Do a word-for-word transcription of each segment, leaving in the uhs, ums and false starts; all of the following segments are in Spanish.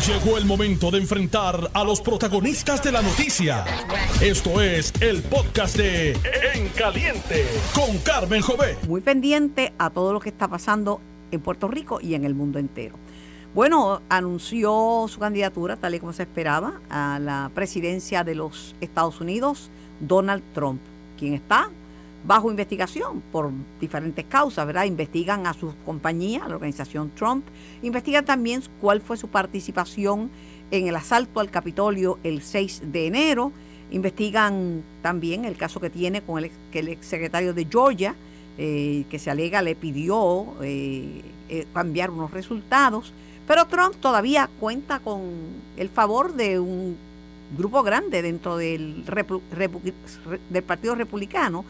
Llegó el momento de enfrentar a los protagonistas de la noticia. Esto es el podcast de En Caliente con Carmen Jovet. Muy pendiente a todo lo que está pasando en Puerto Rico y en el mundo entero. Bueno, anunció su candidatura, tal y como se esperaba, a la presidencia de los Estados Unidos, Donald Trump, quien está bajo investigación por diferentes causas, ¿verdad? Investigan a su compañía, a la organización Trump, investigan también cuál fue su participación en el asalto al Capitolio el seis de enero, investigan también el caso que tiene con el, ex, que el exsecretario de Georgia, eh, que se alega le pidió eh, eh, cambiar unos resultados, pero Trump todavía cuenta con el favor de un grupo grande dentro del, Repu, Repu, del Partido Republicano,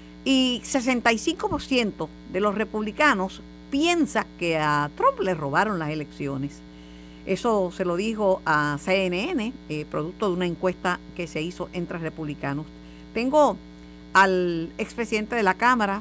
y sesenta y cinco por ciento de los republicanos piensa que a Trump le robaron las elecciones. Eso se lo dijo a C N N, eh, producto de una encuesta que se hizo entre republicanos. Tengo al expresidente de la Cámara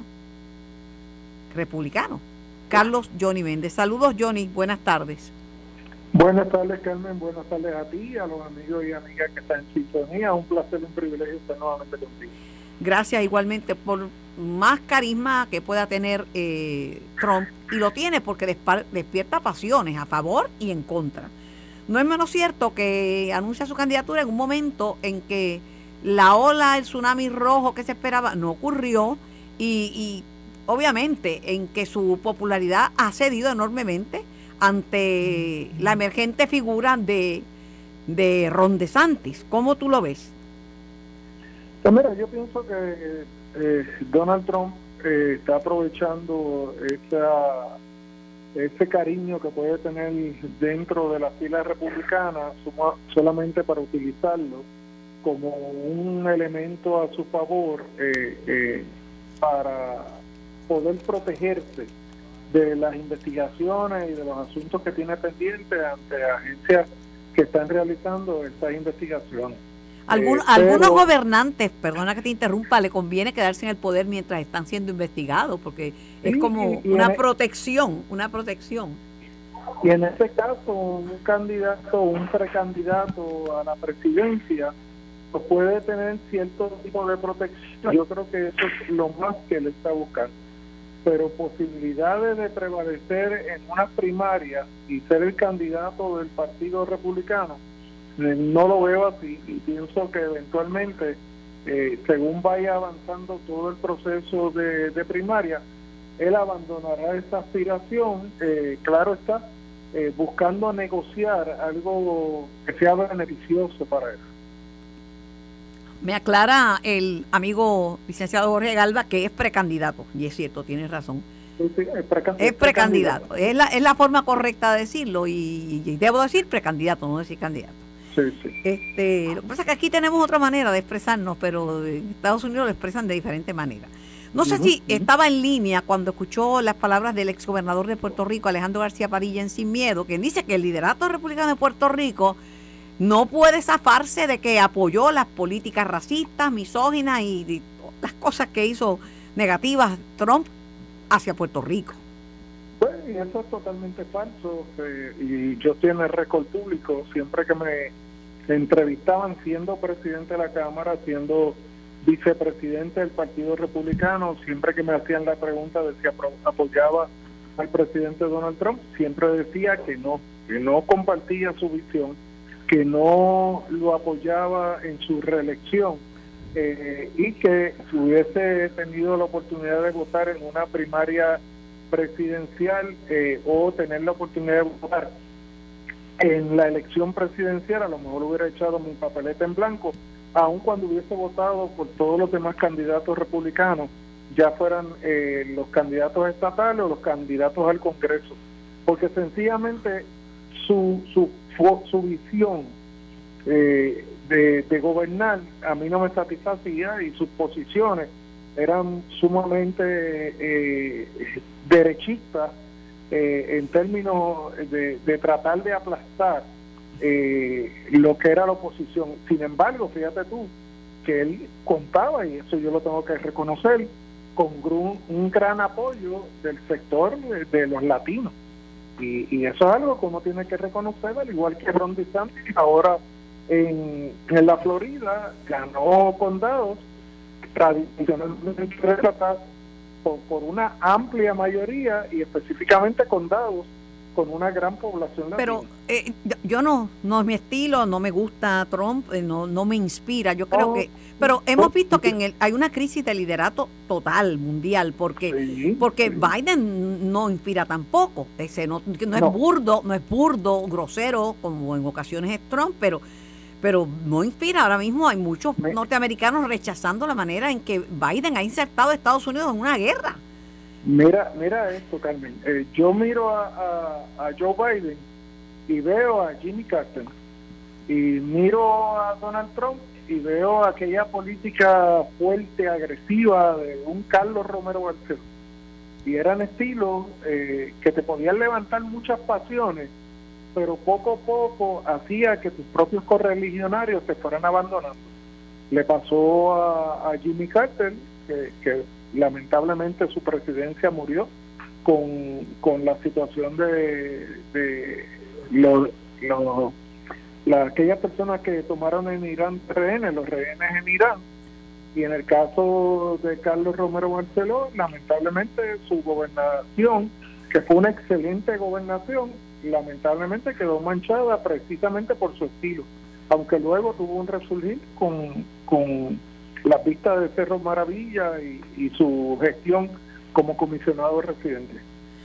republicano, Carlos Johnny Méndez. Saludos, Johnny, buenas tardes. Buenas tardes, Carmen, buenas tardes a ti, a los amigos y amigas que están en sintonía. Un placer, un privilegio estar nuevamente contigo. Gracias igualmente por más carisma que pueda tener eh, Trump, y lo tiene porque despar, despierta pasiones a favor y en contra. No es menos cierto que anuncia su candidatura en un momento en que la ola, el tsunami rojo que se esperaba no ocurrió, y, y obviamente en que su popularidad ha cedido enormemente ante la emergente figura de, de Ron DeSantis. ¿Cómo tú lo ves? Pues mira, yo pienso que eh, Donald Trump eh, está aprovechando esa, ese cariño que puede tener dentro de la fila republicana suma, solamente para utilizarlo como un elemento a su favor eh, eh, para poder protegerse de las investigaciones y de los asuntos que tiene pendientes ante agencias que están realizando estas investigaciones. Algun, eh, algunos pero, gobernantes, perdona que te interrumpa, le conviene quedarse en el poder mientras están siendo investigados, porque sí, es como y, y una en, protección, una protección. Y en este caso, un candidato, un precandidato a la presidencia, pues puede tener cierto tipo de protección. Yo creo que eso es lo más que él está buscando. Pero posibilidades de prevalecer en unas primarias y ser el candidato del Partido Republicano, no lo veo así, y pienso que eventualmente, eh, según vaya avanzando todo el proceso de, de primaria, él abandonará esa aspiración, eh, claro está, eh, buscando negociar algo que sea beneficioso para él. Me aclara el amigo licenciado Jorge Galva que es precandidato, y es cierto, tienes razón. Sí, sí, es, precandidato. es precandidato, es la, es la forma correcta de decirlo, y, y debo decir precandidato, no decir candidato. Sí, sí. Este, lo que pasa es que aquí tenemos otra manera de expresarnos, pero en Estados Unidos lo expresan de diferente manera. No sé uh-huh, si uh-huh. estaba en línea cuando escuchó las palabras del exgobernador de Puerto Rico, Alejandro García Padilla, en Sin Miedo, que dice que el liderato republicano de Puerto Rico no puede zafarse de que apoyó las políticas racistas, misóginas y, y las cosas que hizo negativas Trump hacia Puerto Rico. Pues eso es totalmente falso, eh, y yo estoy en el récord público, siempre que me entrevistaban siendo presidente de la Cámara, siendo vicepresidente del Partido Republicano, siempre que me hacían la pregunta de si apoyaba al presidente Donald Trump, siempre decía que no, que no compartía su visión, que no lo apoyaba en su reelección, eh, y que si hubiese tenido la oportunidad de votar en una primaria presidencial eh, o tener la oportunidad de votar en la elección presidencial, a lo mejor hubiera echado mi papeleta en blanco, aun cuando hubiese votado por todos los demás candidatos republicanos, ya fueran eh, los candidatos estatales o los candidatos al Congreso, porque sencillamente su su, su visión eh, de, de gobernar a mí no me satisfacía, y sus posiciones eran sumamente eh, derechistas, Eh, en términos de, de tratar de aplastar eh, lo que era la oposición. Sin embargo, fíjate tú, que él contaba, y eso yo lo tengo que reconocer, con un, un gran apoyo del sector de, de los latinos. Y, y eso es algo que uno tiene que reconocer, al igual que Ron DeSantis ahora en, en la Florida ganó condados tradicionalmente retratados por, por una amplia mayoría y específicamente condados con una gran población latina. Pero eh, yo no, no es mi estilo, no me gusta Trump, eh, no, no me inspira, yo creo oh, que, pero hemos visto que en el, hay una crisis de liderato total, mundial, porque, sí, porque sí. Biden no inspira tampoco, ese no, no es no. burdo, no es burdo, grosero, como en ocasiones es Trump, pero, pero no inspira. Ahora mismo hay muchos me, norteamericanos rechazando la manera en que Biden ha insertado a Estados Unidos en una guerra. Mira, mira esto, Carmen. Eh, yo miro a, a, a Joe Biden y veo a Jimmy Carter y miro a Donald Trump y veo aquella política fuerte, agresiva de un Carlos Romero Barceló. Y eran estilos eh, que te podían levantar muchas pasiones, pero poco a poco hacía que tus propios correligionarios te fueran abandonando. Le pasó a, a Jimmy Carter, que, que lamentablemente su presidencia murió con, con la situación de, de lo, lo, la, aquellas personas que tomaron en Irán rehenes, los rehenes en Irán. Y en el caso de Carlos Romero Barceló, lamentablemente su gobernación, que fue una excelente gobernación, lamentablemente quedó manchada precisamente por su estilo, aunque luego tuvo un resurgir con, con las vistas de Cerro Maravilla y, y su gestión como comisionado residente.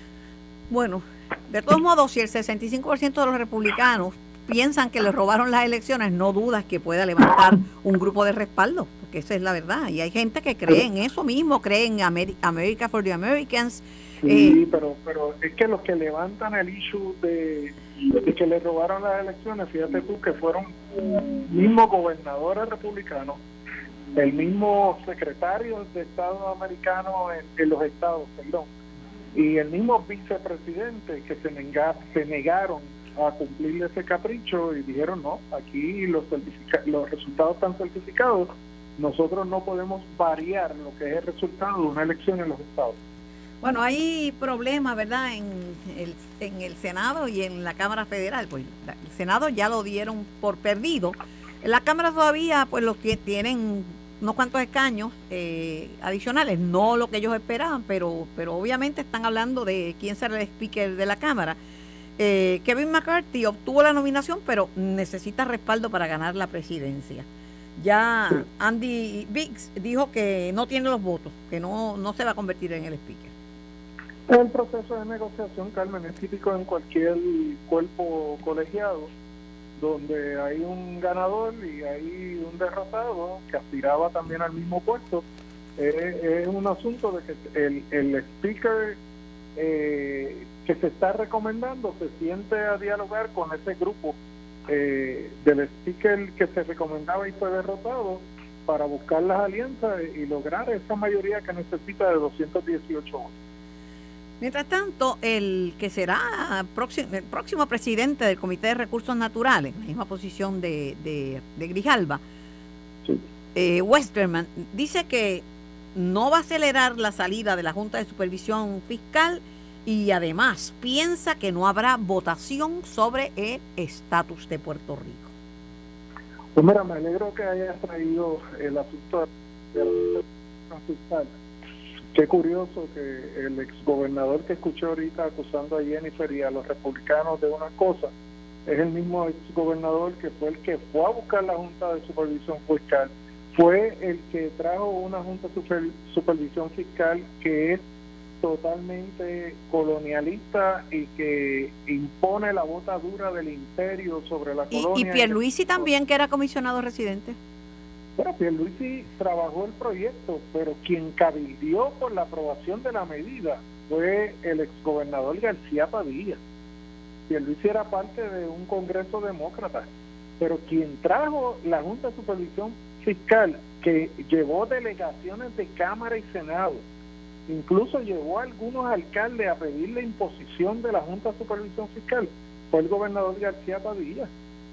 Bueno, de todos modos, si el sesenta y cinco por ciento de los republicanos piensan que le robaron las elecciones, no dudas que pueda levantar un grupo de respaldo, porque esa es la verdad. Y hay gente que cree en eso mismo, cree en Ameri- America for the Americans. Sí, eh, pero pero es que los que levantan el issue de, de que le robaron las elecciones, fíjate tú que fueron mismos gobernadores republicanos, el mismo secretario de Estado americano en, en los estados, perdón, y el mismo vicepresidente que se, nega, se negaron a cumplir ese capricho y dijeron no, aquí los, certifica- los resultados están certificados, nosotros no podemos variar lo que es el resultado de una elección en los estados. Bueno, hay problemas, ¿verdad?, en el, en el Senado y en la Cámara Federal. Pues el Senado ya lo dieron por perdido. En la Cámara todavía, pues los que tienen unos cuantos escaños eh, adicionales, no lo que ellos esperaban, pero, pero obviamente están hablando de quién será el speaker de la Cámara. Eh, Kevin McCarthy obtuvo la nominación, pero necesita respaldo para ganar la presidencia. Ya sí. Andy Biggs dijo que no tiene los votos, que no, no se va a convertir en el speaker. El proceso de negociación, Carmen, es típico en cualquier cuerpo colegiado, donde hay un ganador y hay un derrotado que aspiraba también al mismo puesto. Eh, es un asunto de que el, el speaker eh, que se está recomendando se siente a dialogar con ese grupo eh, del speaker que se recomendaba y fue derrotado para buscar las alianzas y lograr esa mayoría que necesita de doscientos dieciocho votos. Mientras tanto, el que será próximo, el próximo presidente del Comité de Recursos Naturales, la misma posición de, de, de Grijalva, sí. eh, Westerman, dice que no va a acelerar la salida de la Junta de Supervisión Fiscal y además piensa que no habrá votación sobre el estatus de Puerto Rico. Pues mira, me alegro que hayas traído el asunto de la Junta Fiscal. Qué curioso que el exgobernador que escuché ahorita acusando a Jennifer y a los republicanos de una cosa es el mismo exgobernador que fue el que fue a buscar la Junta de Supervisión Fiscal, fue el que trajo una Junta de super, Supervisión Fiscal que es totalmente colonialista y que impone la bota dura del imperio sobre la y, colonia. Y Pierluisi también, que era comisionado residente. Bueno, Pierluisi trabajó el proyecto, pero quien cabildió por la aprobación de la medida fue el exgobernador García Padilla. Pierluisi era parte de un congreso demócrata, pero quien trajo la Junta de Supervisión Fiscal, que llevó delegaciones de Cámara y Senado, incluso llevó a algunos alcaldes a pedir la imposición de la Junta de Supervisión Fiscal, fue el gobernador García Padilla.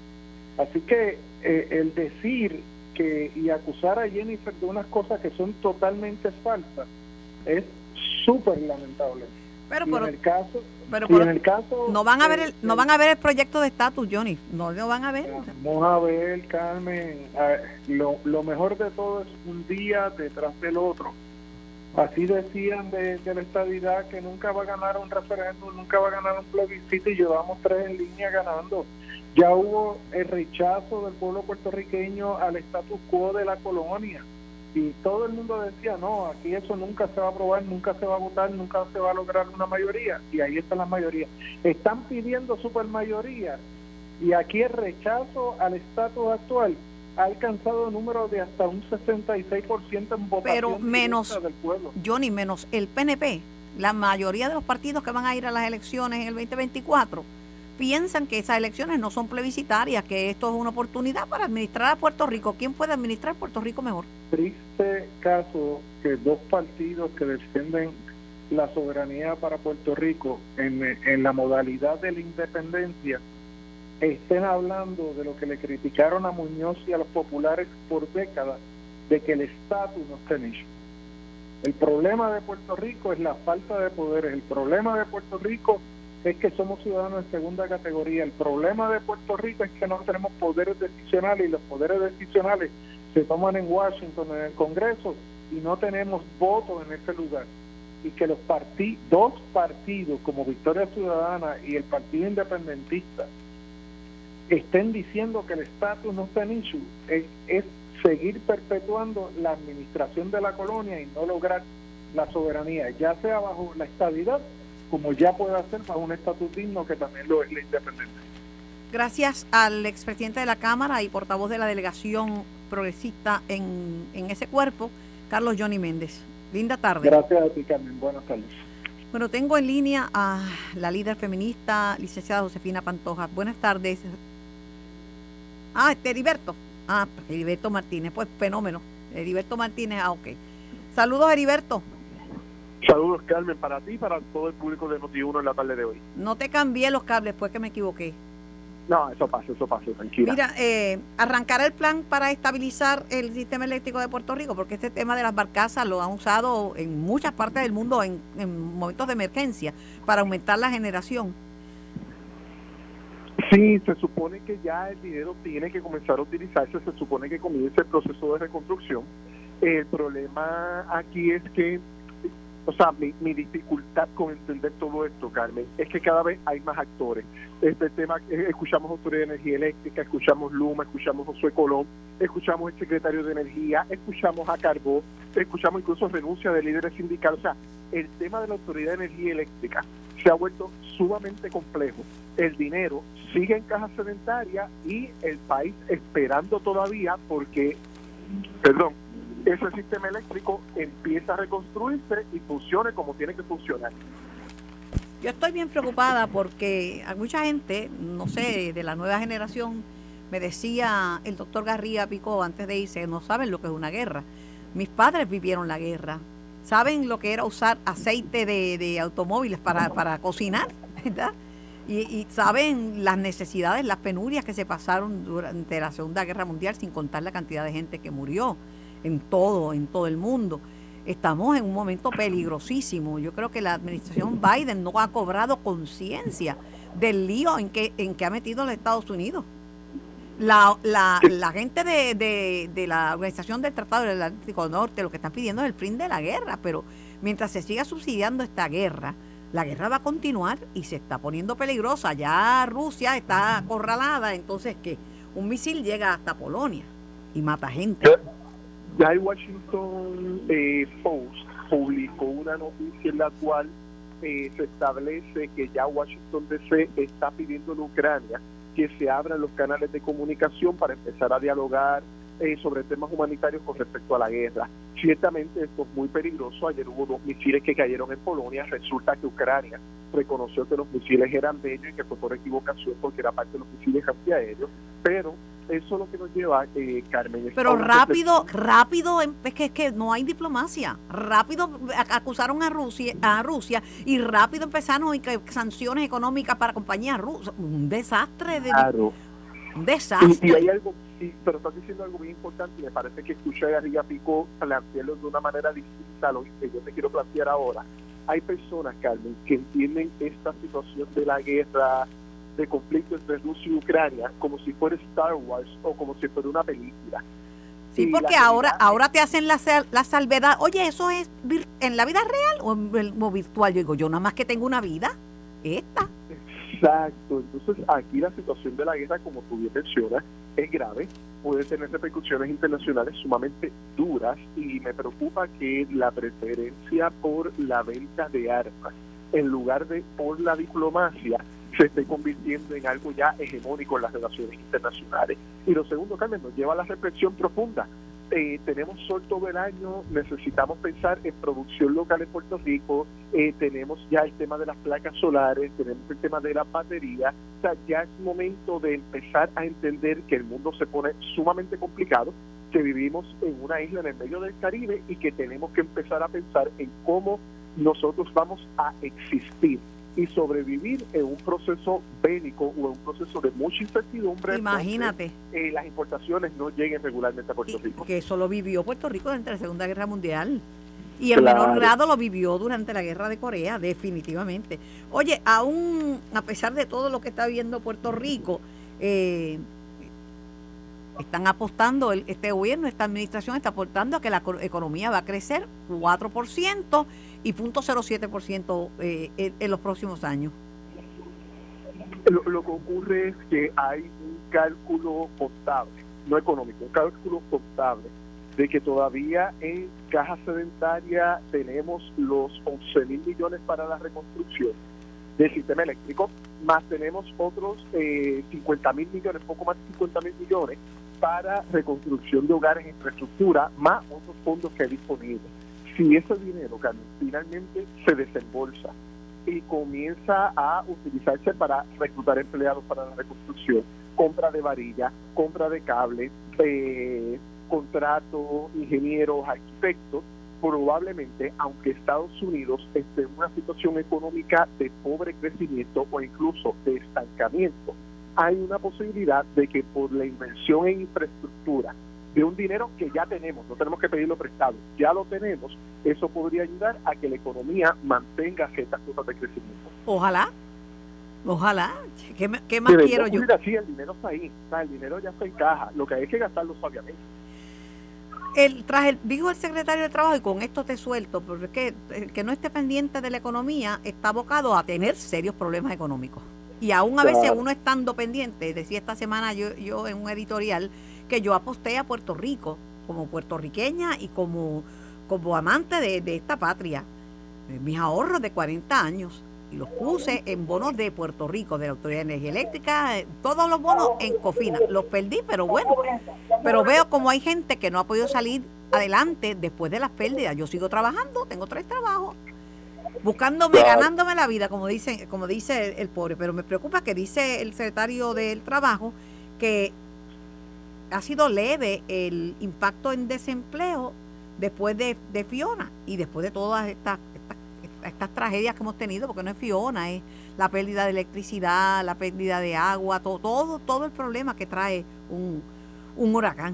Así que eh, el decir que y acusar a Jennifer de unas cosas que son totalmente falsas es súper lamentable. Pero, y pero, en el caso, pero, y pero en el caso no van a ver el, de, no van a ver el proyecto de estatus, Johnny, no lo van a ver. Vamos a ver, Carmen, a, lo, lo mejor de todo es un día detrás del otro. Así decían de, de la estadidad, que nunca va a ganar un referéndum, nunca va a ganar un plebiscito, y llevamos tres en línea ganando. Ya hubo el rechazo del pueblo puertorriqueño al status quo de la colonia, y todo el mundo decía, no, aquí eso nunca se va a aprobar, nunca se va a votar, nunca se va a lograr una mayoría, y ahí está la mayoría. Están pidiendo supermayoría, y aquí el rechazo al estatus actual ha alcanzado números de hasta un sesenta y seis por ciento en votación. Pero menos, del pueblo. Johnny, menos el P N P, la mayoría de los partidos que van a ir a las elecciones en el veinte veinticuatro piensan que esas elecciones no son plebiscitarias, que esto es una oportunidad para administrar a Puerto Rico. ¿Quién puede administrar Puerto Rico mejor? Triste caso que dos partidos que defienden la soberanía para Puerto Rico en, en la modalidad de la independencia estén hablando de lo que le criticaron a Muñoz y a los populares por décadas, de que el estatus no está en ello. El problema de Puerto Rico es la falta de poderes. El problema de Puerto Rico es que somos ciudadanos de segunda categoría. El problema de Puerto Rico es que no tenemos poderes decisionales, y los poderes decisionales se toman en Washington, en el Congreso, y no tenemos votos en ese lugar. Y que los partid- dos partidos como Victoria Ciudadana y el Partido Independentista estén diciendo que el estatus no está en issue es, es seguir perpetuando la administración de la colonia y no lograr la soberanía, ya sea bajo la estabilidad como ya puede hacer bajo un estatus digno que también lo es la independencia. Gracias al expresidente de la Cámara y portavoz de la delegación progresista en, en ese cuerpo, Carlos Johnny Méndez. Linda tarde. Gracias a ti, Carmen. Buenas tardes. Bueno, tengo en línea a la líder feminista, licenciada Josefina Pantoja. Buenas tardes. Ah, este Heriberto. Ah, Heriberto Martínez, pues fenómeno. Heriberto Martínez, ah, ok. Saludos, Heriberto. Saludos, Carmen, para ti y para todo el público de Noti uno en la tarde de hoy. No te cambié los cables, fue que me equivoqué. No, eso pasa, eso pasa, tranquila. Mira, eh, arrancar el plan para estabilizar el sistema eléctrico de Puerto Rico, porque este tema de las barcazas lo han usado en muchas partes del mundo en, en momentos de emergencia para aumentar la generación. Sí, se supone que ya el dinero tiene que comenzar a utilizarse, se supone que comience el proceso de reconstrucción. El problema aquí es que, o sea, mi, mi dificultad con entender todo esto, Carmen, es que cada vez hay más actores. Este tema, eh, escuchamos Autoridad de Energía Eléctrica, escuchamos Luma, escuchamos Josué Colón, escuchamos el secretario de Energía, escuchamos a Carbó, escuchamos incluso renuncia de líderes sindicales. O sea, el tema de la Autoridad de Energía Eléctrica se ha vuelto sumamente complejo. El dinero sigue en caja sedentaria y el país esperando todavía porque, perdón, ese sistema eléctrico empieza a reconstruirse y funcione como tiene que funcionar. Yo estoy bien preocupada porque hay mucha gente, no sé, de la nueva generación, me decía el doctor Garría Picó antes de irse, no saben lo que es una guerra. Mis padres vivieron la guerra, saben lo que era usar aceite de, de automóviles para, para cocinar, ¿verdad? Y, y saben las necesidades, las penurias que se pasaron durante la Segunda Guerra Mundial, sin contar la cantidad de gente que murió en todo, en todo el mundo. Estamos en un momento peligrosísimo. Yo creo que la administración Biden no ha cobrado conciencia del lío en que, en que ha metido los Estados Unidos. La, la, la gente de, de, de la Organización del Tratado del Atlántico Norte lo que están pidiendo es el fin de la guerra, pero mientras se siga subsidiando esta guerra, la guerra va a continuar y se está poniendo peligrosa. Ya Rusia está acorralada, entonces ¿qué? Un misil llega hasta Polonia y mata gente. Ya el Washington eh, Post publicó una noticia en la cual eh, se establece que ya Washington D C está pidiendo en Ucrania que se abran los canales de comunicación para empezar a dialogar eh, sobre temas humanitarios con respecto a la guerra. Ciertamente esto es muy peligroso. Ayer hubo dos misiles que cayeron en Polonia. Resulta que Ucrania reconoció que los misiles eran de ellos y que fue por equivocación porque era parte de los misiles antiaéreos, pero eso es lo que nos lleva, eh, Carmen. Pero rápido, rápido, es que, es que no hay diplomacia. Rápido acusaron a Rusia, a Rusia y rápido empezaron y que sanciones económicas para compañías rusas. Un desastre. De, claro. Un desastre. Y, y hay algo, y, pero estás diciendo algo muy importante y me parece que escuché a García Pico plantearlo de una manera distinta a lo que yo te quiero plantear ahora. hay personas, Carmen, que entienden esta situación de la guerra, de conflicto entre Rusia y Ucrania, como si fuera Star Wars o como si fuera una película. Sí, y porque ahora ahora te hacen la, la salvedad. Oye, ¿eso es vir, en la vida real o, en, o virtual? Yo digo, yo nada más que tengo una vida, esta. Exacto. Entonces, aquí la situación de la guerra, como tú bien mencionas, es grave. Puede tener repercusiones internacionales sumamente duras y me preocupa que la preferencia por la venta de armas en lugar de por la diplomacia se esté convirtiendo en algo ya hegemónico en las relaciones internacionales. Y lo segundo, Carmen, nos lleva a la reflexión profunda. Eh, tenemos sol todo el año, necesitamos pensar en producción local en Puerto Rico, eh, tenemos ya el tema de las placas solares, tenemos el tema de las baterías, o sea, ya es momento de empezar a entender que el mundo se pone sumamente complicado, que vivimos en una isla en el medio del Caribe y que tenemos que empezar a pensar en cómo nosotros vamos a existir y sobrevivir en un proceso bélico o en un proceso de mucha incertidumbre. Imagínate. Donde, eh, las importaciones no lleguen regularmente a Puerto y Rico. Que eso lo vivió Puerto Rico durante la Segunda Guerra Mundial. Y en Claro. menor grado lo vivió durante la Guerra de Corea, definitivamente. Oye, aún a pesar de todo lo que está viviendo Puerto Rico, eh, están apostando, el, este gobierno, esta administración está apostando a que la economía va a crecer cuatro por ciento y cero punto cero siete por ciento eh, en, en los próximos años. Lo, lo que ocurre es que hay un cálculo contable, no económico, un cálculo contable de que todavía en caja sedentaria tenemos los once mil millones para la reconstrucción del sistema eléctrico, más tenemos otros eh, cincuenta mil millones, poco más de cincuenta mil millones para reconstrucción de hogares e infraestructura, más otros fondos que hay disponibles. Si ese dinero, Carmen, finalmente se desembolsa y comienza a utilizarse para reclutar empleados para la reconstrucción, compra de varilla, compra de cable, eh, contratos, ingenieros, arquitectos, probablemente, aunque Estados Unidos esté en una situación económica de pobre crecimiento o incluso de estancamiento, hay una posibilidad de que por la inversión en infraestructura de un dinero que ya tenemos, no tenemos que pedirlo prestado, ya lo tenemos, eso podría ayudar a que la economía mantenga ciertas cosas de crecimiento. Ojalá, ojalá. ¿Qué, qué más Debería quiero yo? Así, el dinero está ahí, o sea, el dinero ya está en caja, lo que hay que gastarlo sabiamente. El, tras el, dijo el secretario de Trabajo, y con esto te suelto, porque es que el que no esté pendiente de la economía está abocado a tener serios problemas económicos. Y aún a claro. veces uno estando pendiente, decía esta semana yo, yo en un editorial, que yo aposté a Puerto Rico como puertorriqueña y como, como amante de, de esta patria. Mis ahorros de cuarenta años y los puse en bonos de Puerto Rico, de la Autoridad de Energía Eléctrica, todos los bonos en Cofina. Los perdí, pero bueno, pero veo como hay gente que no ha podido salir adelante después de las pérdidas. Yo sigo trabajando, tengo tres trabajos, buscándome, ganándome la vida, como dice, como dice el, el pobre. Pero me preocupa que dice el secretario del Trabajo que ha sido leve el impacto en desempleo después de, de Fiona y después de todas estas, estas estas tragedias que hemos tenido, porque no es Fiona, es la pérdida de electricidad, la pérdida de agua, todo todo, todo el problema que trae un, un huracán.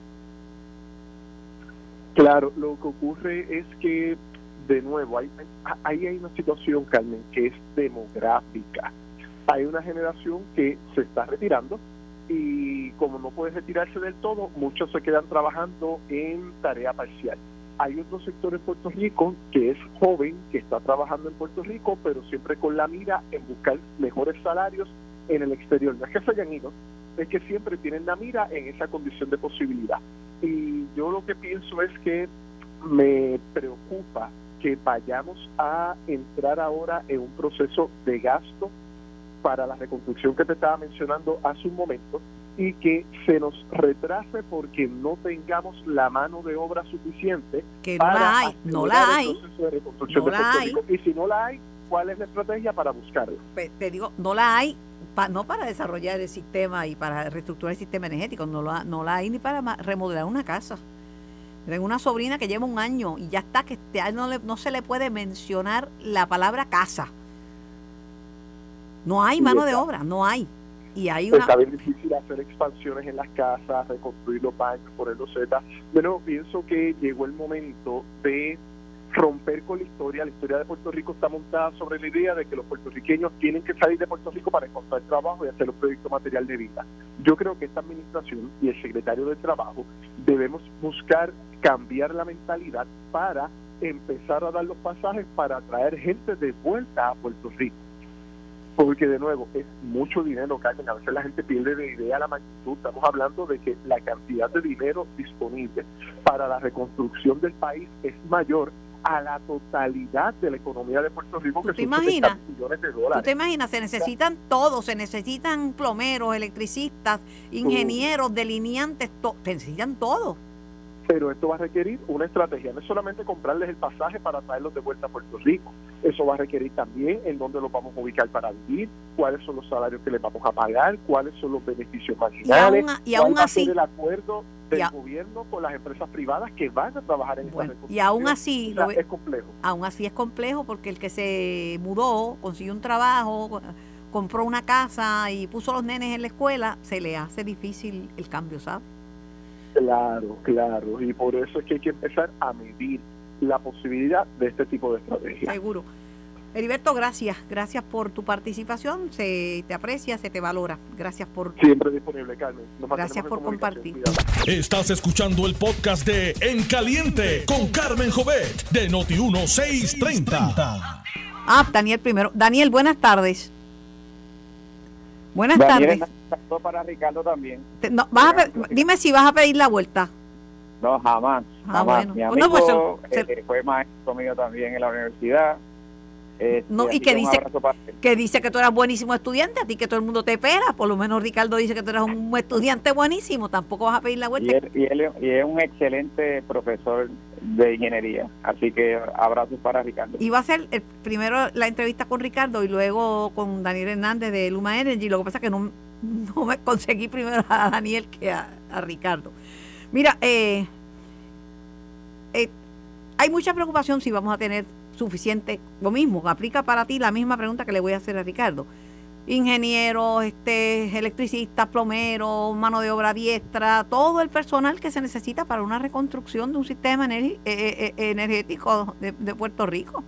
Claro, lo que ocurre es que, de nuevo, hay, ahí hay una situación, Carmen, que es demográfica. Hay una generación que se está retirando y como no puede retirarse del todo, muchos se quedan trabajando en tarea parcial. Hay otro sector en Puerto Rico que es joven, que está trabajando en Puerto Rico, pero siempre con la mira en buscar mejores salarios en el exterior. No es que se hayan ido, es que siempre tienen la mira en esa condición de posibilidad. Y yo lo que pienso es que me preocupa que vayamos a entrar ahora en un proceso de gasto para la reconstrucción que te estaba mencionando hace un momento, y que se nos retrase porque no tengamos la mano de obra suficiente que no para la hay, no la hay, el proceso de reconstrucción no de la Puerto hay. Rico. Y si no la hay, ¿cuál es la estrategia para buscarla? Te digo, no la hay, pa, no para desarrollar el sistema y para reestructurar el sistema energético, no la, no la hay ni para remodelar una casa. Tengo una sobrina que lleva un año y ya está, que no, le, no se le puede mencionar la palabra casa. No hay mano de obra, no hay. Y hay una... Está bien difícil hacer expansiones en las casas, reconstruir los baños, poner los zetas. Bueno, pienso que llegó el momento de romper con la historia. La historia de Puerto Rico está montada sobre la idea de que los puertorriqueños tienen que salir de Puerto Rico para encontrar trabajo y hacer un proyecto material de vida. Yo creo que esta administración y el secretario de Trabajo debemos buscar cambiar la mentalidad para empezar a dar los pasajes para traer gente de vuelta a Puerto Rico. Porque, de nuevo, es mucho dinero, Carmen. A veces la gente pierde de idea la magnitud. Estamos hablando de que la cantidad de dinero disponible para la reconstrucción del país es mayor a la totalidad de la economía de Puerto Rico, que ¿Tú te son imaginas? setenta millones de dólares. ¿Tú te imaginas? Se necesitan todos, se necesitan plomeros, electricistas, ingenieros, delineantes, to- se necesitan todos. Pero esto va a requerir una estrategia, no es solamente comprarles el pasaje para traerlos de vuelta a Puerto Rico, eso va a requerir también en dónde los vamos a ubicar para vivir, cuáles son los salarios que les vamos a pagar, cuáles son los beneficios marginales, y aún, y cuál aún va a así, ser el acuerdo del a, gobierno con las empresas privadas que van a trabajar en bueno, esta reconstrucción. y aún así, o sea, lo, es complejo. Aún así es complejo porque el que se mudó, consiguió un trabajo, compró una casa y puso a los nenes en la escuela, se le hace difícil el cambio, ¿sabes? Claro, claro, y por eso es que hay que empezar a medir la posibilidad de este tipo de estrategia. Seguro. Heriberto, gracias, gracias por tu participación, se te aprecia, se te valora. Gracias por... Siempre disponible, Carmen. Nos gracias por compartir. Cuidado. Estás escuchando el podcast de En Caliente con Carmen Jovet de Noti uno seiscientos treinta. Ah, Daniel primero. Daniel, buenas tardes. Buenas Daniel, tardes. Para Ricardo también. Te, no, vas a pe- dime si vas a pedir la vuelta. No, jamás. Ah, jamás. bueno. Mi Pues amigo no, pues, se, eh, fue maestro mío también en la universidad. Este, no, y que dice que dice que tú eras buenísimo estudiante, a ti que todo el mundo te espera, por lo menos Ricardo dice que tú eras un estudiante buenísimo, tampoco vas a pedir la vuelta. Y él, y, él, y es un excelente profesor de ingeniería, así que abrazos para Ricardo. Iba a hacer el, primero la entrevista con Ricardo y luego con Daniel Hernández de Luma Energy, lo que pasa es que no, no me conseguí primero a Daniel que a, a Ricardo. Mira, eh, eh, hay mucha preocupación si vamos a tener suficiente, lo mismo, aplica para ti la misma pregunta que le voy a hacer a Ricardo. Ingenieros, este, electricistas, plomeros, mano de obra diestra, todo el personal que se necesita para una reconstrucción de un sistema energi- eh, eh, energético de, de Puerto Rico.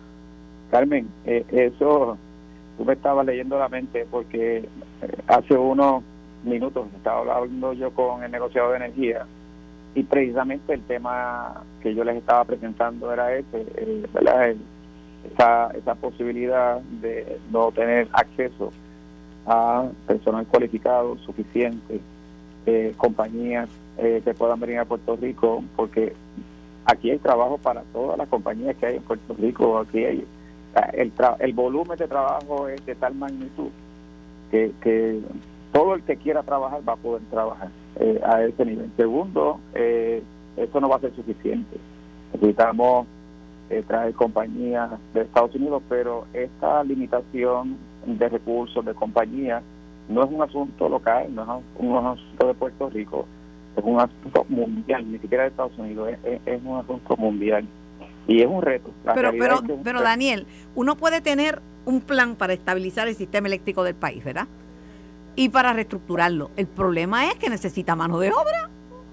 Carmen, eh, eso tú me estabas leyendo la mente porque eh, hace unos minutos estaba hablando yo con el negociador de energía y precisamente el tema que yo les estaba presentando era ese, eh, ¿verdad? El, esa, esa posibilidad de no tener acceso a personal cualificado suficiente, eh, compañías eh, que puedan venir a Puerto Rico, porque aquí hay trabajo para todas las compañías que hay en Puerto Rico. Aquí hay el, tra- el volumen de trabajo es de tal magnitud que, que todo el que quiera trabajar va a poder trabajar eh, a ese nivel. Segundo, eh, eso no va a ser suficiente. Necesitamos eh, traer compañías de Estados Unidos, pero esta limitación de recursos de compañías no es un asunto local, no es un, un asunto de Puerto Rico, es un asunto mundial, ni siquiera de Estados Unidos, es, es, es un asunto mundial. Y es un reto. La pero pero, es un pero reto. Daniel, uno puede tener un plan para estabilizar el sistema eléctrico del país, ¿verdad? Y para reestructurarlo. El problema es que necesita mano de obra.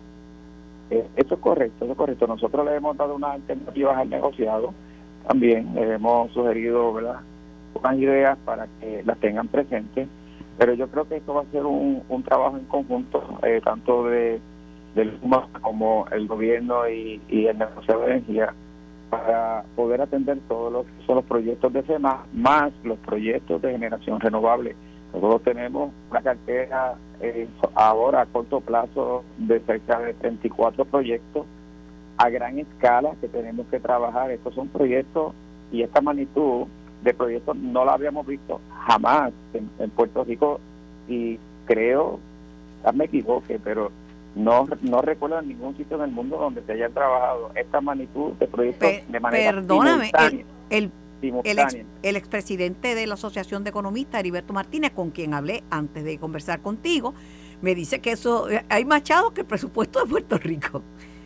Eh, eso es correcto, eso es correcto. Nosotros le hemos dado unas alternativas al negociado. También le hemos sugerido, ¿verdad?, unas ideas para que las tengan presentes. Pero yo creo que esto va a ser un, un trabajo en conjunto, eh, tanto de del Luma como el gobierno y, y el negociado de energía, para poder atender todos los, son los proyectos de FEMA, más los proyectos de generación renovable. Nosotros tenemos una cartera eh, ahora a corto plazo de cerca de treinta y cuatro proyectos a gran escala que tenemos que trabajar. Estos son proyectos y esta magnitud de proyectos no la habíamos visto jamás en, en Puerto Rico, y creo, ya me equivoque, pero no no recuerdo en ningún sitio en el mundo donde se haya trabajado esta magnitud de proyectos Pe- de manera perdóname, simultánea. el, el El, ex, simultánea. el expresidente de la Asociación de Economistas, Heriberto Martínez, con quien hablé antes de conversar contigo, me dice que eso hay más chavos que el presupuesto de Puerto Rico.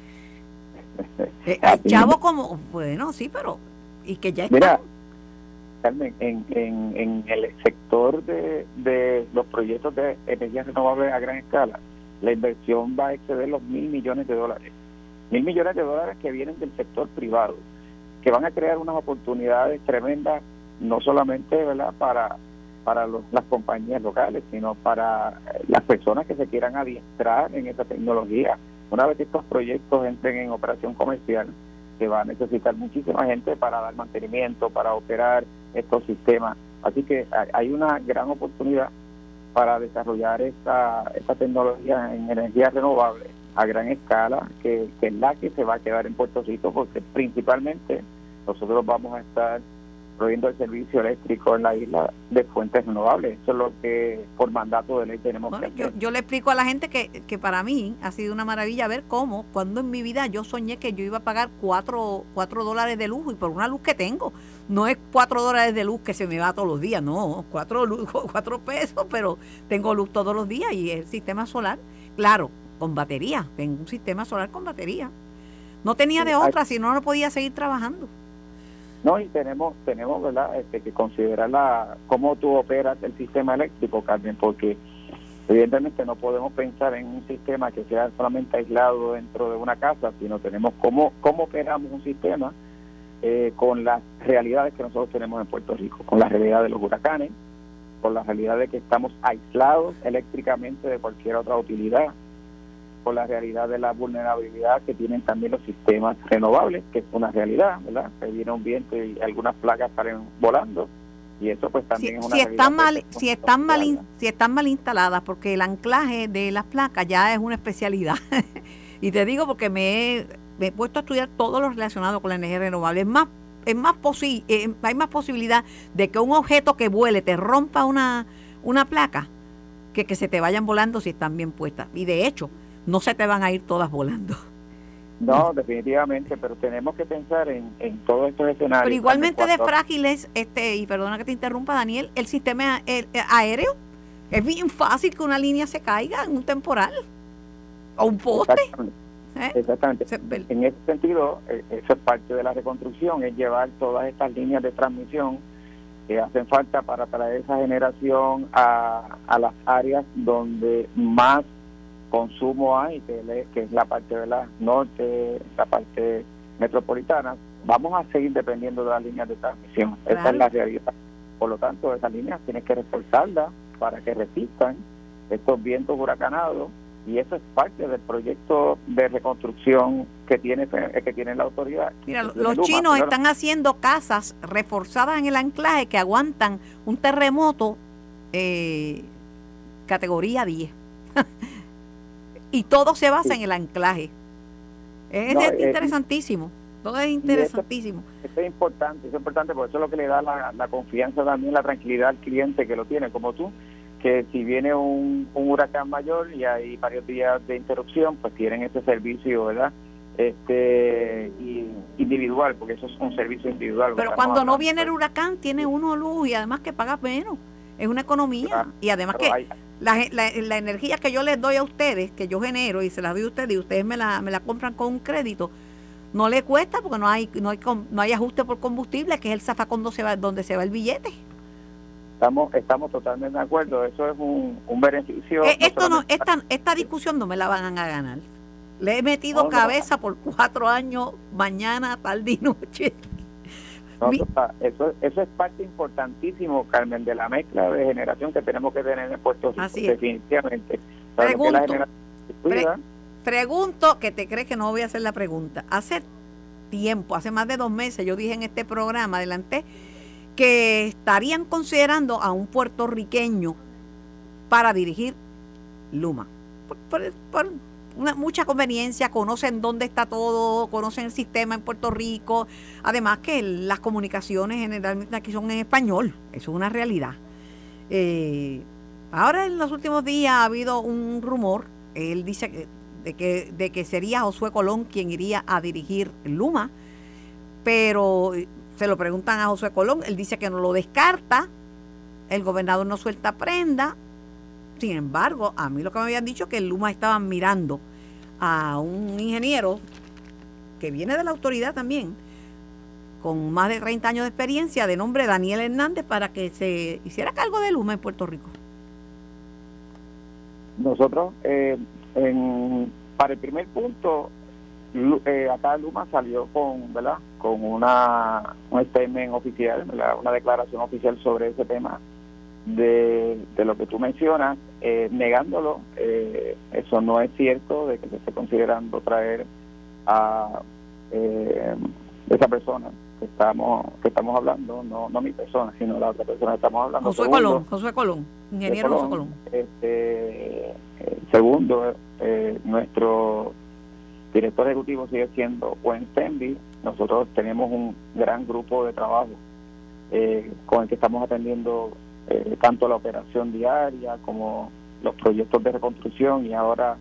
eh, hay chavos como, bueno, sí, pero, y que ya están. Mira, Carmen, en, en, en el sector de, de los proyectos de energía renovable a gran escala, la inversión va a exceder los mil millones de dólares. Mil millones de dólares que vienen del sector privado, que van a crear unas oportunidades tremendas, no solamente, ¿verdad?, para para los, las compañías locales, sino para las personas que se quieran adiestrar en esta tecnología. Una vez que estos proyectos entren en operación comercial, se va a necesitar muchísima gente para dar mantenimiento, para operar estos sistemas. Así que hay una gran oportunidad para desarrollar esta, esta tecnología en energía renovable a gran escala, que, que es la que se va a quedar en Puerto Rico, porque principalmente nosotros vamos a estar proveyendo el servicio eléctrico en la isla de fuentes renovables. Eso es lo que por mandato de ley tenemos bueno, que hacer. Yo, yo le explico a la gente que, que para mí ha sido una maravilla ver cómo, cuando en mi vida yo soñé que yo iba a pagar cuatro, cuatro dólares de luz, y por una luz que tengo, no es cuatro dólares de luz que se me va todos los días, no, cuatro, luz, cuatro pesos, pero tengo luz todos los días, y el sistema solar, claro, con batería, tengo un sistema solar con batería. No tenía de otra, si no, no podía seguir trabajando. No, y tenemos, tenemos ¿verdad?, este, que considerar la, cómo tú operas el sistema eléctrico, Carmen, porque evidentemente no podemos pensar en un sistema que sea solamente aislado dentro de una casa, sino tenemos cómo, cómo operamos un sistema eh, con las realidades que nosotros tenemos en Puerto Rico, con la realidad de los huracanes, con la realidad de que estamos aislados eléctricamente de cualquier otra utilidad, con la realidad de la vulnerabilidad que tienen también los sistemas renovables, que es una realidad, ¿verdad? Que viene un viento y algunas placas salen volando, y eso pues también si, es una si realidad. Están mal, si, están mal in, si están mal instaladas, porque el anclaje de las placas ya es una especialidad. Y te digo porque me he, me he puesto a estudiar todo lo relacionado con la energía renovable. Es más, es más posi, eh, hay más posibilidad de que un objeto que vuele te rompa una, una placa que que se te vayan volando si están bien puestas. Y de hecho, no se te van a ir todas volando. No, definitivamente, pero tenemos que pensar en, en todos estos escenarios. Pero igualmente de frágil es, este, y perdona que te interrumpa, Daniel, el sistema el, el aéreo. Es bien fácil que una línea se caiga en un temporal o un poste. Exactamente. ¿Eh? Exactamente. Se, en ese sentido, eso es parte de la reconstrucción, es llevar todas estas líneas de transmisión que hacen falta para traer esa generación a, a las áreas donde más consumo hay, que es la parte de la norte, la parte metropolitana. Vamos a seguir dependiendo de las líneas de transmisión. Claro. Esa es la realidad. Por lo tanto, esas líneas tienes que reforzarlas para que resistan estos vientos huracanados, y eso es parte del proyecto de reconstrucción que tiene que tiene la autoridad. Mira, los chinos Luma, están haciendo casas reforzadas en el anclaje que aguantan un terremoto eh, categoría diez. Y todo se basa sí. en el anclaje. Es, no, es interesantísimo. Eh, todo es interesantísimo. Eso, eso es importante, eso es importante porque eso es lo que le da la, la confianza también, la tranquilidad al cliente que lo tiene, como tú, que si viene un, un huracán mayor y hay varios días de interrupción, pues tienen ese servicio, ¿verdad? Este y individual, porque eso es un servicio individual. Pero cuando no viene el huracán, tiene uno luz y además que pagas menos. Es una economía. Claro, y además que hay, La, la, la energía que yo les doy a ustedes, que yo genero y se las doy a ustedes y ustedes me la, me la compran con un crédito, no le cuesta porque no hay no hay no hay ajuste por combustible, que es el zafacón donde se va, donde se va el billete. Estamos estamos totalmente de acuerdo, eso es un, un beneficio. Eh, esto no, esta esta discusión no me la van a ganar. Le he metido no, cabeza no. por cuatro años, mañana, tarde y noche. No, eso, eso es parte importantísimo, Carmen, de la mezcla de generación que tenemos que tener en Puerto Rico. Así definitivamente. Pregunto, que la pre, pregunto, que te crees que no voy a hacer la pregunta. Hace tiempo, hace más de dos meses, yo dije en este programa, adelanté, que estarían considerando a un puertorriqueño para dirigir Luma. Por, por, por Una, mucha conveniencia, conocen dónde está todo, conocen el sistema en Puerto Rico, además que las comunicaciones generalmente aquí son en español, eso es una realidad. Eh, ahora en los últimos días ha habido un rumor, él dice que, de, que, de que sería Josué Colón quien iría a dirigir Luma, pero se lo preguntan a Josué Colón, él dice que no lo descarta, el gobernador no suelta prenda. Sin embargo, a mí lo que me habían dicho es que en Luma estaban mirando a un ingeniero que viene de la autoridad también, con más de treinta años de experiencia, de nombre Daniel Hernández, para que se hiciera cargo de Luma en Puerto Rico. Nosotros, eh, en, para el primer punto, eh, acá Luma salió con, ¿verdad?, con una un statement oficial, ¿verdad?, una declaración oficial sobre ese tema de, de lo que tú mencionas, eh, negándolo. Eh, eso no es cierto, de que se esté considerando traer a eh, esa persona que estamos que estamos hablando, no no mi persona, sino la otra persona que estamos hablando. Josué segundo, Colón, Josué Colón, ingeniero Josué Colón. Este, eh, segundo, eh, nuestro director ejecutivo sigue siendo Wayne Stenby. Nosotros tenemos un gran grupo de trabajo eh, con el que estamos atendiendo eh, tanto la operación diaria como los proyectos de reconstrucción, y ahora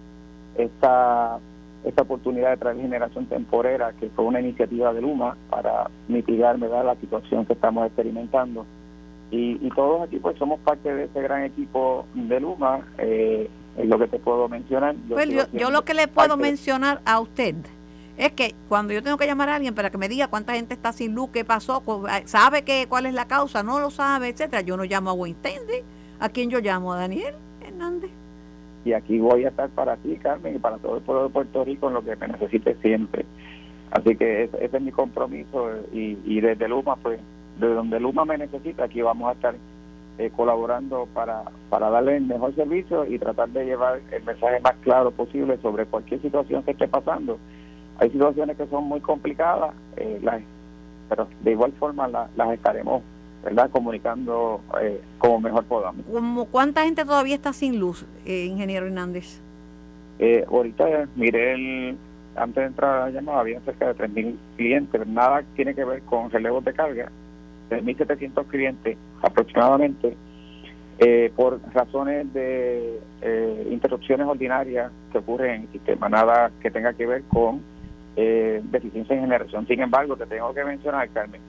esta esta oportunidad de traer generación temporera, que fue una iniciativa de Luma para mitigar, ¿verdad?, la situación que estamos experimentando. Y, y todos aquí pues somos parte de ese gran equipo de Luma. Eh, es lo que te puedo mencionar. Yo, pues yo, yo lo que le puedo mencionar a usted es que cuando yo tengo que llamar a alguien para que me diga cuánta gente está sin luz, qué pasó, sabe que cuál es la causa, no lo sabe, etcétera, yo no llamo a Wayne Stenby. ¿A quién yo llamo? ¿A Daniel Hernández? Y aquí voy a estar para ti, Carmen, y para todo el pueblo de Puerto Rico en lo que me necesite siempre. Así que ese, ese es mi compromiso, y, y desde Luma, pues, de donde Luma me necesita, aquí vamos a estar eh, colaborando para, para darle el mejor servicio y tratar de llevar el mensaje más claro posible sobre cualquier situación que esté pasando. Hay situaciones que son muy complicadas, eh, las, pero de igual forma la, las estaremos, ¿verdad?, comunicando eh, como mejor podamos. ¿Cómo cuánta gente todavía está sin luz, eh, ingeniero Hernández? Eh, ahorita miré el, antes de entrar a la llamada, había cerca de tres mil clientes. Nada tiene que ver con relevos de carga, tres mil setecientos clientes aproximadamente, eh, por razones de eh, interrupciones ordinarias que ocurren en el sistema, nada que tenga que ver con eh, deficiencia en generación. Sin embargo, te tengo que mencionar, Carmen,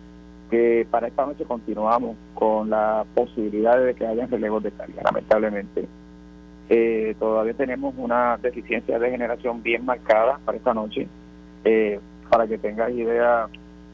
que para esta noche continuamos con la posibilidad de que hayan relevos de carga. Lamentablemente, eh, todavía tenemos una deficiencia de generación bien marcada para esta noche. Eh, para que tengas idea,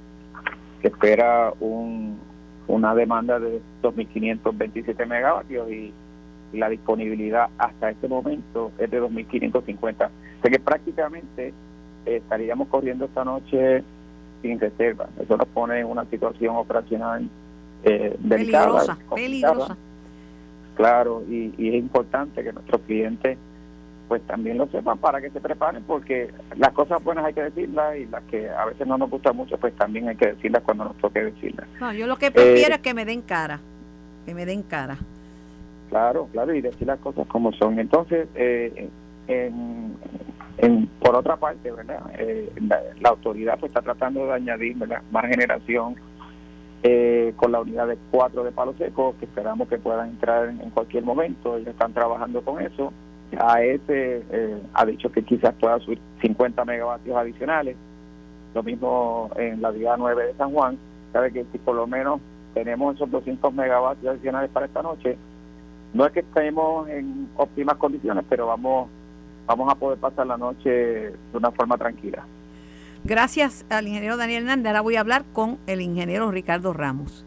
se espera un, una demanda de dos mil quinientos veintisiete megavatios, y, y la disponibilidad hasta este momento es de dos mil quinientos cincuenta. O sea que prácticamente eh, estaríamos corriendo esta noche sin reserva. Eso nos pone en una situación operacional eh, delicada, peligrosa, peligrosa. Claro, y, y es importante que nuestros clientes pues también lo sepan para que se preparen, porque las cosas buenas hay que decirlas, y las que a veces no nos gustan mucho pues también hay que decirlas cuando nos toque decirlas. No, yo lo que prefiero eh, es que me den cara, que me den cara. Claro, claro, y decir las cosas como son. Entonces, eh, en, en, por otra parte, ¿verdad? Eh, la, la autoridad pues está tratando de añadir, ¿verdad?, más generación eh, con la unidad de cuatro de Palo Seco, que esperamos que puedan entrar en, en cualquier momento. Ellos están trabajando con eso. A ese eh, ha dicho que quizás pueda subir cincuenta megavatios adicionales. Lo mismo en la Vía nueve de San Juan. Sabe que si por lo menos tenemos esos doscientos megavatios adicionales para esta noche, no es que estemos en óptimas condiciones, pero vamos vamos a poder pasar la noche de una forma tranquila. Gracias al ingeniero Daniel Hernández. Ahora voy a hablar con el ingeniero Ricardo Ramos.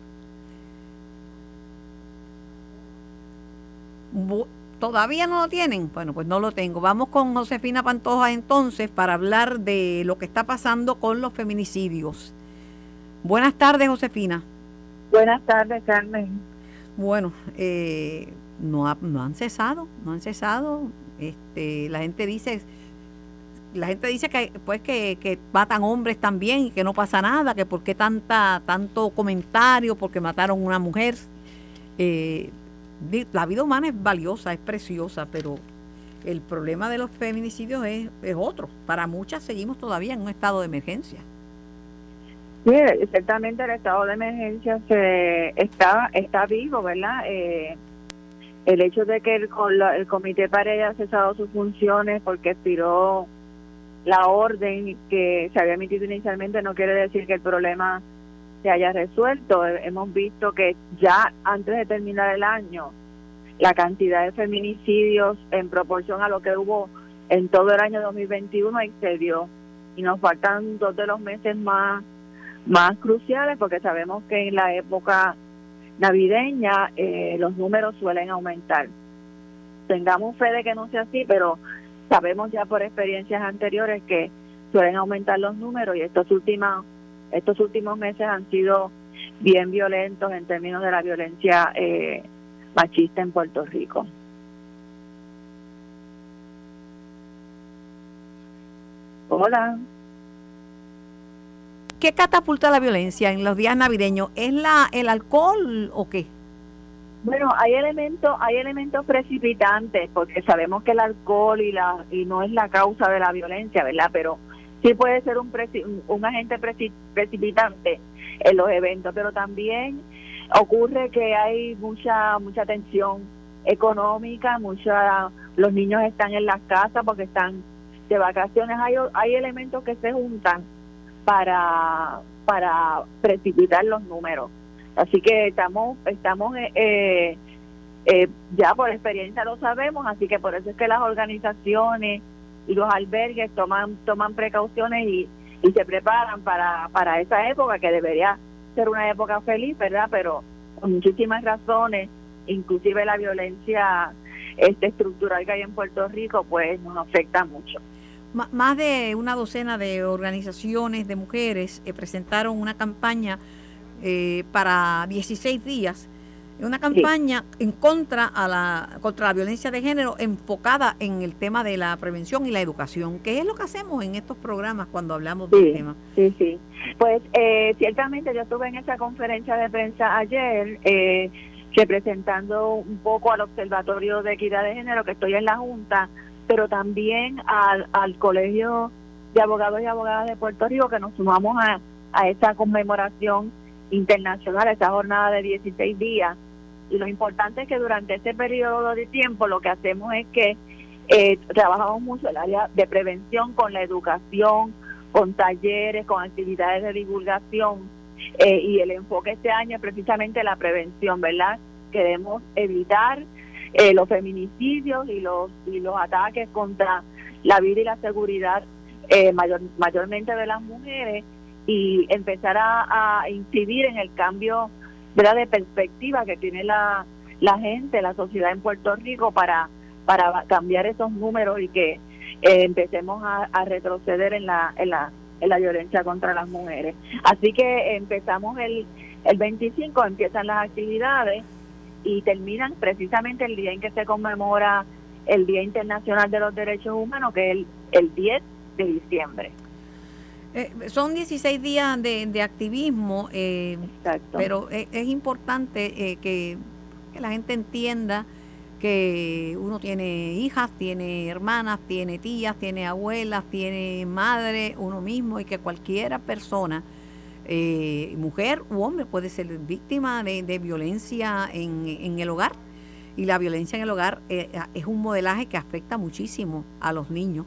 Bu- ¿Todavía no lo tienen? Bueno, pues no lo tengo. Vamos con Josefina Pantoja entonces para hablar de lo que está pasando con los feminicidios. Buenas tardes, Josefina. Buenas tardes, Carmen. Bueno, eh, no, ha, no han cesado, no han cesado. Este, la gente dice, la gente dice que pues que, que matan hombres también y que no pasa nada, que por qué tanta tanto comentario porque mataron a una mujer. Eh, la vida humana es valiosa, es preciosa, pero el problema de los feminicidios es, es otro. Para muchas seguimos todavía en un estado de emergencia. Sí, ciertamente el estado de emergencia se está está vivo, ¿verdad? Eh, el hecho de que el, el comité PARE haya cesado sus funciones porque expiró la orden que se había emitido inicialmente no quiere decir que el problema se haya resuelto. Hemos visto que ya antes de terminar el año, la cantidad de feminicidios en proporción a lo que hubo en todo el año dos mil veintiuno excedió, y nos faltan dos de los meses más más cruciales, porque sabemos que en la época navideña eh, los números suelen aumentar. Tengamos fe de que no sea así, pero sabemos ya por experiencias anteriores que suelen aumentar los números y estos últimos, estos últimos meses han sido bien violentos en términos de la violencia eh, machista en Puerto Rico. Hola. ¿Qué catapulta la violencia en los días navideños? ¿Es la el alcohol o qué? Bueno, hay elementos, hay elementos precipitantes, porque sabemos que el alcohol y la y no es la causa de la violencia, ¿verdad? Pero sí puede ser un preci, un, un agente preci, precipitante en los eventos, pero también ocurre que hay mucha mucha tensión económica, mucha los niños están en las casas porque están de vacaciones, hay hay elementos que se juntan para para precipitar los números. Así que estamos estamos eh, eh, ya por experiencia lo sabemos, así que por eso es que las organizaciones y los albergues toman toman precauciones y, y se preparan para para esa época que debería ser una época feliz, ¿verdad? Pero por muchísimas razones, inclusive la violencia este estructural que hay en Puerto Rico, pues nos afecta mucho. M- más de una docena de organizaciones de mujeres eh, presentaron una campaña eh, para dieciséis días, una campaña sí. en contra a la contra la violencia de género, enfocada en el tema de la prevención y la educación, que es lo que hacemos en estos programas cuando hablamos sí, del tema. Sí, sí. Pues eh, ciertamente yo estuve en esa conferencia de prensa ayer, eh, representando un poco al Observatorio de Equidad de Género, que estoy en la Junta, pero también al, al Colegio de Abogados y Abogadas de Puerto Rico, que nos sumamos a, a esa conmemoración internacional, a esa jornada de dieciséis días. Y lo importante es que durante ese periodo de tiempo lo que hacemos es que eh, trabajamos mucho el área de prevención con la educación, con talleres, con actividades de divulgación, eh, y el enfoque este año es precisamente la prevención, ¿verdad? Queremos evitar eh, los feminicidios y los y los ataques contra la vida y la seguridad eh, mayor, mayormente de las mujeres, y empezar a, a incidir en el cambio, ¿verdad?, de perspectiva que tiene la, la gente, la sociedad en Puerto Rico para, para cambiar esos números y que eh, empecemos a, a retroceder en la, en la en la violencia contra las mujeres. Así que empezamos el, el veinticinco, empiezan las actividades y terminan precisamente el día en que se conmemora el Día Internacional de los Derechos Humanos, que es el, el diez de diciembre. Eh, son dieciséis días de, de activismo, eh, Exacto. pero es, es importante eh, que, que la gente entienda que uno tiene hijas, tiene hermanas, tiene tías, tiene abuelas, tiene madre, uno mismo, y que cualquiera persona, eh, mujer u hombre, puede ser víctima de, de violencia en, en el hogar. Y la violencia en el hogar eh, es un modelaje que afecta muchísimo a los niños.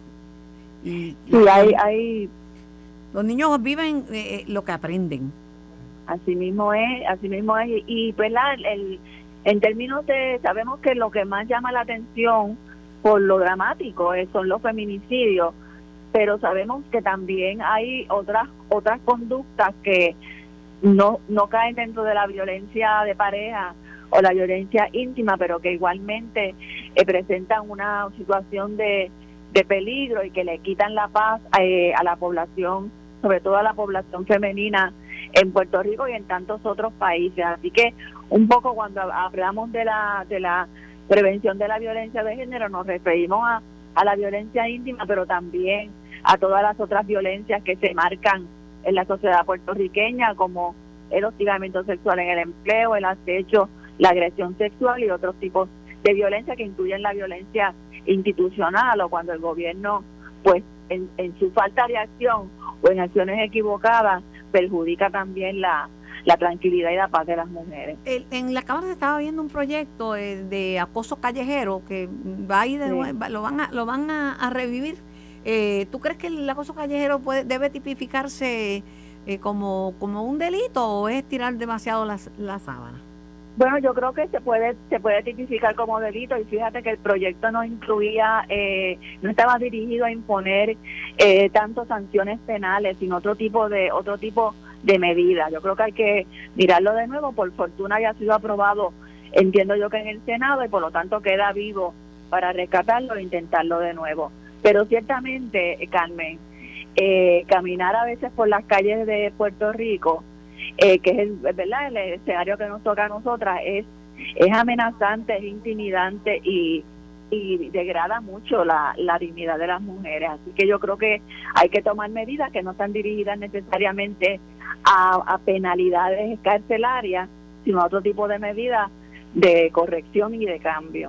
Y, sí, y hay, hay... Los niños viven eh, lo que aprenden. Así mismo es, así mismo es. Y, y pues la, el... En términos de, sabemos que lo que más llama la atención por lo dramático es, son los feminicidios, pero sabemos que también hay otras otras conductas que no no caen dentro de la violencia de pareja o la violencia íntima, pero que igualmente eh, presentan una situación de, de peligro y que le quitan la paz eh, a la población, sobre todo a la población femenina en Puerto Rico y en tantos otros países. Así que un poco cuando hablamos de la de la prevención de la violencia de género nos referimos a, a la violencia íntima, pero también a todas las otras violencias que se marcan en la sociedad puertorriqueña, como el hostigamiento sexual en el empleo, el acecho, la agresión sexual y otros tipos de violencia que incluyen la violencia institucional, o cuando el gobierno, pues en, en su falta de acción o en acciones equivocadas, perjudica también la la tranquilidad y la paz de las mujeres. El, en la Cámara se estaba viendo un proyecto eh, de acoso callejero que va a ir de sí. nuevo, lo van a, lo van a, a revivir. Eh, ¿Tú crees que el acoso callejero puede, debe tipificarse eh, como, como un delito, o es tirar demasiado la, la sábana? Bueno, yo creo que se puede se puede tipificar como delito, y fíjate que el proyecto no incluía, eh, no estaba dirigido a imponer eh, tanto sanciones penales, sino otro tipo de otro tipo de medidas. Yo creo que hay que mirarlo de nuevo. Por fortuna había sido aprobado, entiendo yo que en el Senado, y por lo tanto queda vivo para rescatarlo e intentarlo de nuevo. Pero ciertamente, Carmen, eh, caminar a veces por las calles de Puerto Rico, eh, que es el, ¿verdad? el escenario que nos toca a nosotras, es, es amenazante, es intimidante y, y degrada mucho la, la dignidad de las mujeres. Así que yo creo que hay que tomar medidas que no están dirigidas necesariamente a, a penalidades carcelarias, sino a otro tipo de medidas de corrección y de cambio.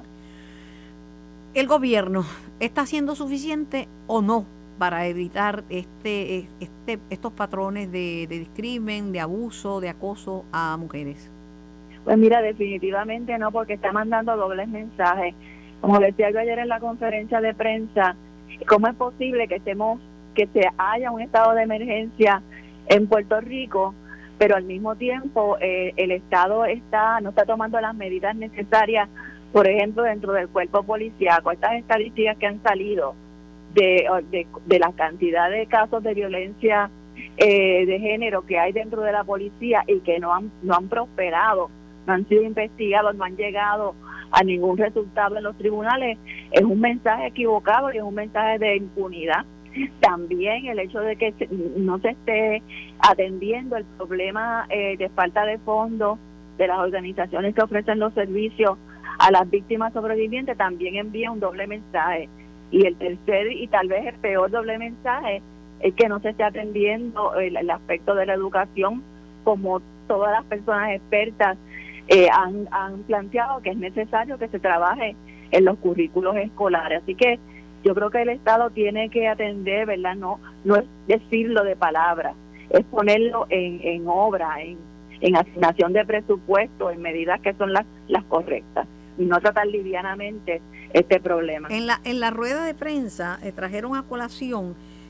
¿El gobierno está haciendo suficiente o no para evitar este, este estos patrones de, de discrimen, de abuso, de acoso a mujeres? Pues mira, definitivamente no, porque está mandando dobles mensajes. Como decía yo ayer en la conferencia de prensa, ¿cómo es posible que estemos, que se haya un estado de emergencia en Puerto Rico, pero al mismo tiempo eh, el Estado está no está tomando las medidas necesarias, por ejemplo, dentro del cuerpo policíaco? Estas estadísticas que han salido de, de, de la cantidad de casos de violencia eh, de género que hay dentro de la policía y que no han, no han prosperado, no han sido investigados, no han llegado a ningún resultado en los tribunales, es un mensaje equivocado y es un mensaje de impunidad. También el hecho de que no se esté atendiendo el problema eh, de falta de fondos de las organizaciones que ofrecen los servicios a las víctimas sobrevivientes también envía un doble mensaje. Y el tercer y tal vez el peor doble mensaje es que no se esté atendiendo el, el aspecto de la educación, como todas las personas expertas eh, han, han planteado que es necesario que se trabaje en los currículos escolares. Así que yo creo que el Estado tiene que atender, ¿verdad? No, no es decirlo de palabras, es ponerlo en, en obra, en, en asignación de presupuesto, en medidas que son las, las correctas, y no tratar livianamente este problema. En la, en la rueda de prensa eh, trajeron a colación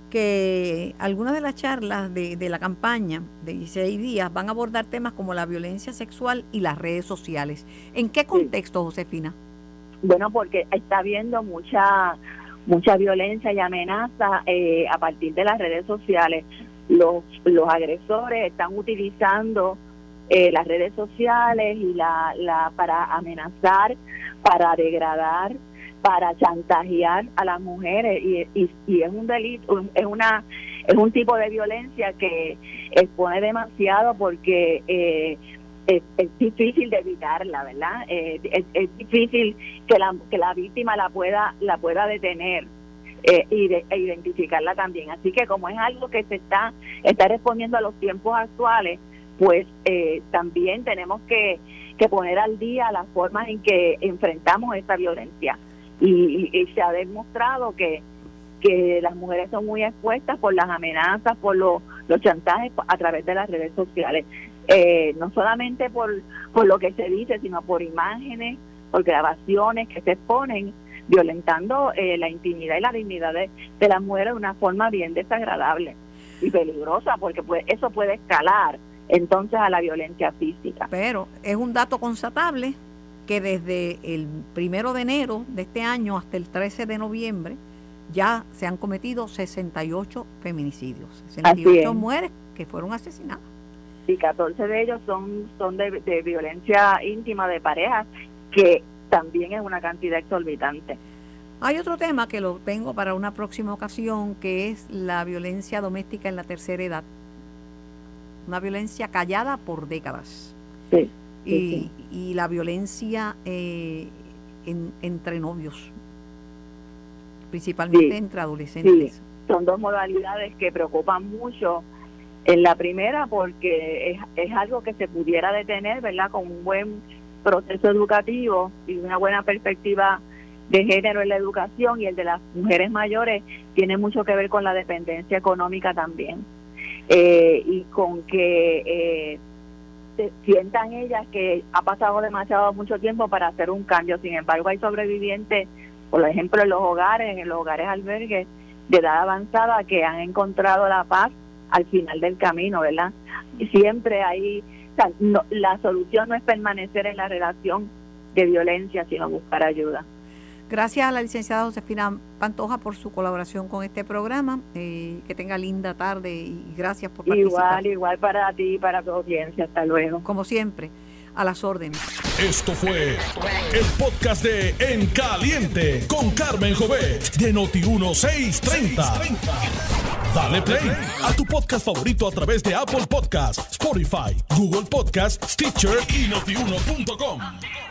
que algunas de las charlas de, de la campaña de dieciséis días van a abordar temas como la violencia sexual y las redes sociales. ¿En qué contexto, sí, Josefina? Bueno, porque está habiendo mucha mucha violencia y amenaza eh, a partir de las redes sociales. Los, los agresores están utilizando eh, las redes sociales y la, la para amenazar, para degradar, para chantajear a las mujeres, y, y, y es un delito, es una es un tipo de violencia que expone demasiado, porque eh, es, es difícil de evitarla, ¿verdad? Eh, es, es difícil que la que la víctima la pueda la pueda detener eh, y de, e identificarla también. Así que como es algo que se está está respondiendo a los tiempos actuales, pues eh, también tenemos que, que poner al día las formas en que enfrentamos esta violencia. Y, y, y se ha demostrado que que las mujeres son muy expuestas por las amenazas, por lo, los chantajes a través de las redes sociales. Eh, no solamente por, por lo que se dice, sino por imágenes, por grabaciones que se exponen, violentando eh, la intimidad y la dignidad de, de las mujeres de una forma bien desagradable y peligrosa, porque puede, eso puede escalar entonces a la violencia física. Pero es un dato constatable que desde el primero de enero de este año hasta el trece de noviembre ya se han cometido sesenta y ocho feminicidios, sesenta y ocho mujeres que fueron asesinadas. Y catorce de ellos son, son de, de violencia íntima de pareja, que también es una cantidad exorbitante. Hay otro tema que lo tengo para una próxima ocasión, que es la violencia doméstica en la tercera edad. Una violencia callada por décadas. Sí. Y, sí, sí. y la violencia eh, en, entre novios, principalmente sí, entre adolescentes. Sí. Son dos modalidades que preocupan mucho. En la primera, porque es, es algo que se pudiera detener, ¿verdad?, con un buen proceso educativo y una buena perspectiva de género en la educación, y el de las mujeres mayores tiene mucho que ver con la dependencia económica también, eh, y con que eh, se sientan ellas que ha pasado demasiado mucho tiempo para hacer un cambio. Sin embargo, hay sobrevivientes, por ejemplo, en los hogares, en los hogares albergues de edad avanzada, que han encontrado la paz al final del camino, ¿verdad? Y siempre hay, o sea, no, la solución no es permanecer en la relación de violencia, sino buscar ayuda. Gracias a la licenciada Josefina Pantoja por su colaboración con este programa. Eh, que tenga linda tarde y gracias por participar. Igual, igual para ti y para tu audiencia. Hasta luego. Como siempre, a las órdenes. Esto fue el podcast de En Caliente con Carmen Jovet de Noti uno seiscientos treinta. Dale play a tu podcast favorito a través de Apple Podcasts, Spotify, Google Podcasts, Stitcher y notiuno punto com.